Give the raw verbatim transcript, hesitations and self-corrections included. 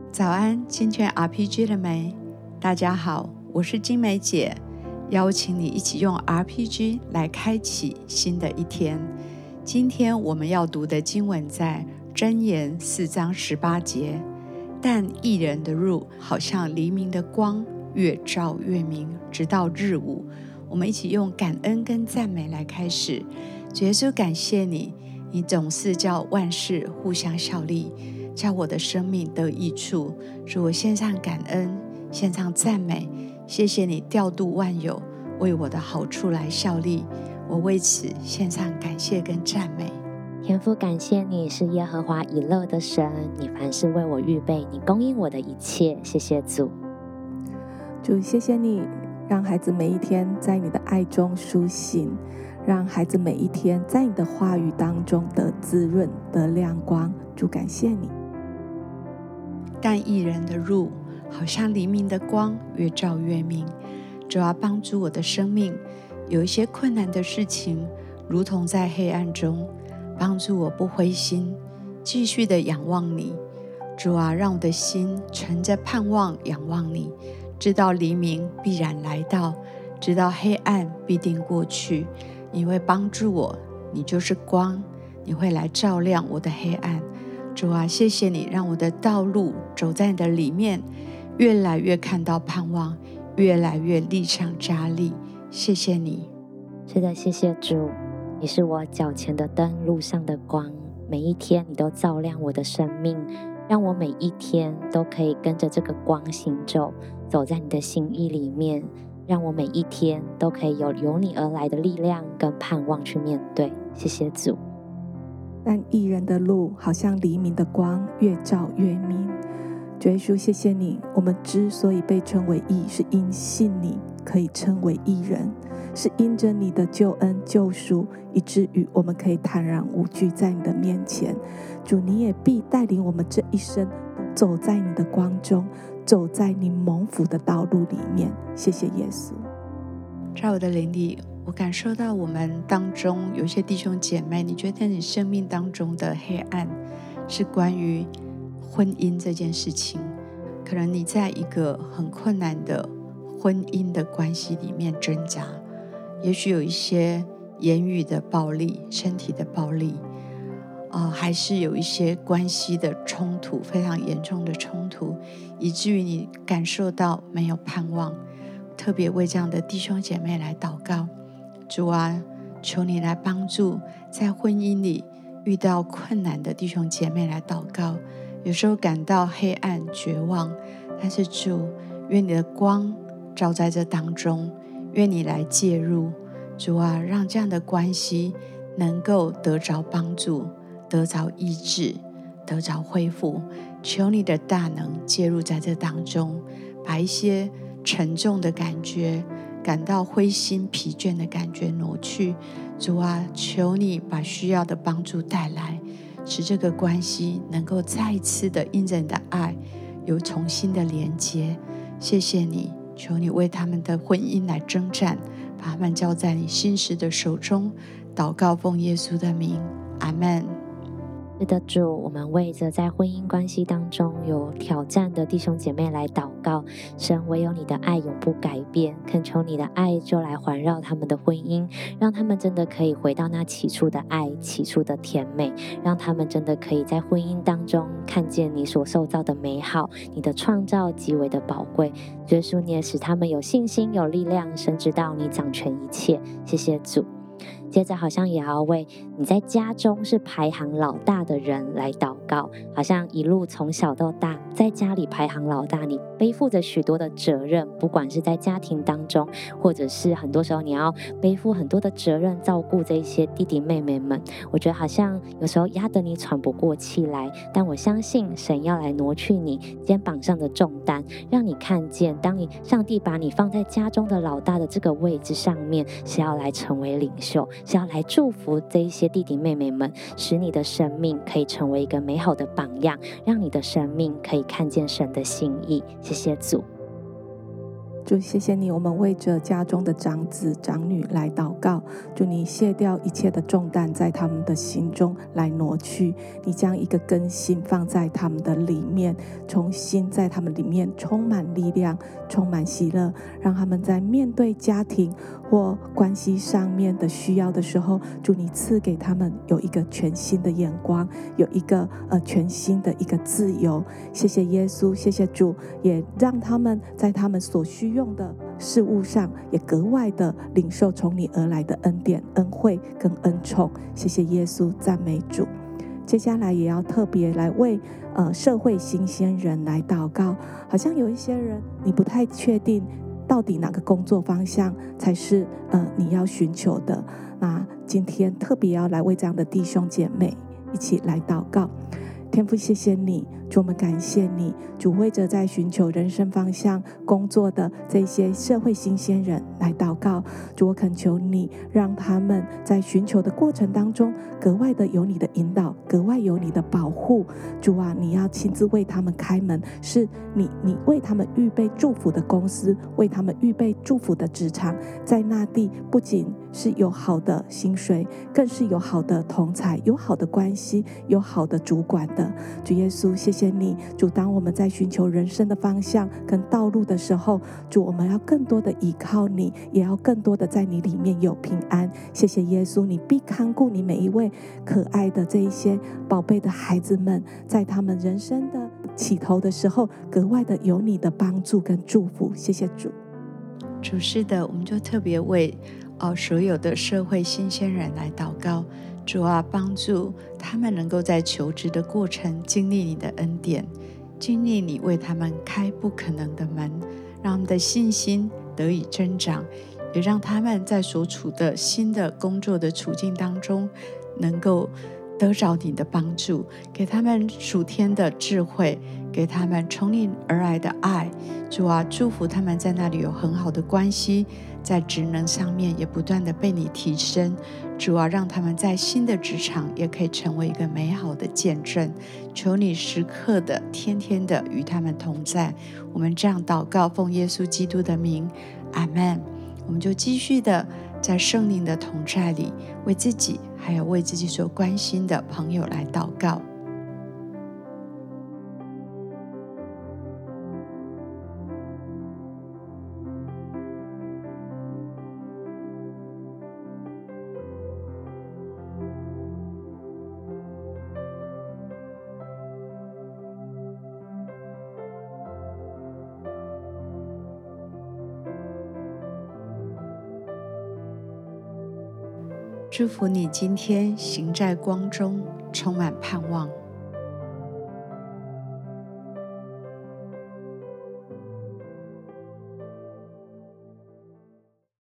早安，今天 R P G 了没？大家好，我是金梅姐，邀请你一起用 R P G 来开启新的一天。今天我们要读的经文在箴言四章十八节，但义人的路好像黎明的光，越照越明，直到日午。我们一起用感恩跟赞美来开始。主耶稣，感谢你，你总是叫万事互相效力，叫我的生命得益处。主，我献上感恩，献上赞美，谢谢你调度万有，为我的好处来效力。我为此献上感谢跟赞美。 天父，感谢你是耶和华以勒的神，你凡事为我预备，你供应我的一切。谢谢主。 主，谢谢你让孩子每一天在你的爱中苏醒，让孩子每一天在你的话语当中得滋润得亮光。主，感谢你。 但义人的路好像黎明的光，越照越明。主要帮助我的生命，有一些困难的事情如同在黑暗中，帮助我不灰心，继续的仰望你。主啊，让我的心存着盼望仰望你，知道黎明必然来到，知道黑暗必定过去。你会帮助我，你就是光，你会来照亮我的黑暗。主啊，谢谢你让我的道路走在你的里面，越来越看到盼望，越来越力上加力。谢谢你。 是的，谢谢主，你是我脚前的灯，路上的光。每一天你都照亮我的生命，让我每一天都可以跟着这个光行走，走在你的心意里面，让我每一天都可以有由你而来的力量跟盼望去面对。谢谢主。 但义人的路好像黎明的光，越照越明。主耶稣，谢谢你，我们之所以被称为义，是因信你可以称为义人，是因着你的救恩救赎，以至于我们可以坦然无惧在你的面前。主，你也必带领我们这一生走在你的光中，走在你蒙福的道路里面。谢谢耶稣。 在我的灵里，我感受到我们当中有些弟兄姐妹，你觉得你生命当中的黑暗是关于婚姻这件事情，可能你在一个很困难的婚姻的关系里面挣扎，也许有一些言语的暴力，身体的暴力、呃、还是有一些关系的冲突，非常严重的冲突，以至于你感受到没有盼望。特别为这样的弟兄姐妹来祷告。主啊，求你来帮助在婚姻里遇到困难的弟兄姐妹来祷告。有时候感到黑暗绝望，但是主，愿你的光照在这当中，愿你来介入。主啊，让这样的关系能够得着帮助，得着医治，得着恢复。求你的大能介入在这当中，把一些沉重的感觉，感到灰心疲倦的感觉挪去。主啊，求你把需要的帮助带来，使这个关系能够再一次的因着你的爱有重新的连接。谢谢你，求你为他们的婚姻来征战，把他们交在你信实的手中。祷告奉耶稣的名，阿们。 是的，主，我们为着在婚姻关系当中有挑战的弟兄姐妹来祷告。神，唯有你的爱永不改变，恳求你的爱就来环绕他们的婚姻，让他们真的可以回到那起初的爱，起初的甜美，让他们真的可以在婚姻当中看见你所受造的美好，你的创造极为的宝贵。耶稣，你也使他们有信心有力量，深知道你掌权一切。谢谢主。接着好像也要为你在家中是排行老大的人来祷告，好像一路从小到大在家里排行老大，你背负着许多的责任，不管是在家庭当中，或者是很多时候你要背负很多的责任，照顾这些弟弟妹妹们。我觉得好像有时候压得你喘不过气来，但我相信神要来挪去你肩膀上的重担，让你看见当你上帝把你放在家中的老大的这个位置上面，是要来成为领袖，是要来祝福这一些弟弟妹妹们，使你的生命可以成为一个美好的榜样，让你的生命可以看见神的心意。谢谢主。 主，谢谢你，我们为着家中的长子长女来祷告。主，你卸掉一切的重担，在他们的心中来挪去。你将一个根心放在他们的里面，重新在他们里面充满力量，充满喜乐，让他们在面对家庭或关系上面的需要的时候，主，你赐给他们有一个全新的眼光，有一个呃全新的一个自由。谢谢耶稣，谢谢主，也让他们在他们所需用的事物上，也格外的领受从你而来的恩典、恩惠跟恩宠。谢谢耶稣，赞美主。接下来也要特别来为呃社会新鲜人来祷告。好像有一些人，你不太确定到底哪个工作方向才是呃你要寻求的。那今天特别要来为这样的弟兄姐妹一起来祷告。天父，谢谢你，主，我们感谢你，主，为着在寻求人生方向工作的这些社会新鲜人来祷告。主，我恳求你，让他们在寻求的过程当中格外的有你的引导，格外有你的保护。主啊，你要亲自为他们开门，是你你为他们预备祝福的公司，为他们预备祝福的职场，在那地不仅是有好的薪水，更是有好的同侪，有好的关系，有好的主管的。主耶稣，谢谢你，主，当我们在寻求人生的方向跟道路的时候，主，我们要更多的依靠你，也要更多的在你里面有平安。谢谢耶稣，你必看顾你每一位可爱的这一些宝贝的孩子们，在他们人生的起头的时候，格外的有你的帮助跟祝福。谢谢主。 主，是的，我们就特别为哦所有的社会新鲜人来祷告。主啊，帮助他们能够在求职的过程经历你的恩典，经历你为他们开不可能的门，让他们的信心得以增长，也让他们在所处的新的工作的处境当中能够得着你的帮助，给他们属天的智慧，给他们从你而来的爱。主啊，祝福他们在那里有很好的关系，在职能上面也不断的被你提升。主啊，让他们在新的职场也可以成为一个美好的见证。求你时刻的天天的与他们同在。我们这样祷告，奉耶稣基督的名，阿们。我们就继续的在圣灵的同在里，为自己还有为自己所关心的朋友来祷告。祝福你今天行在光中，充满盼望。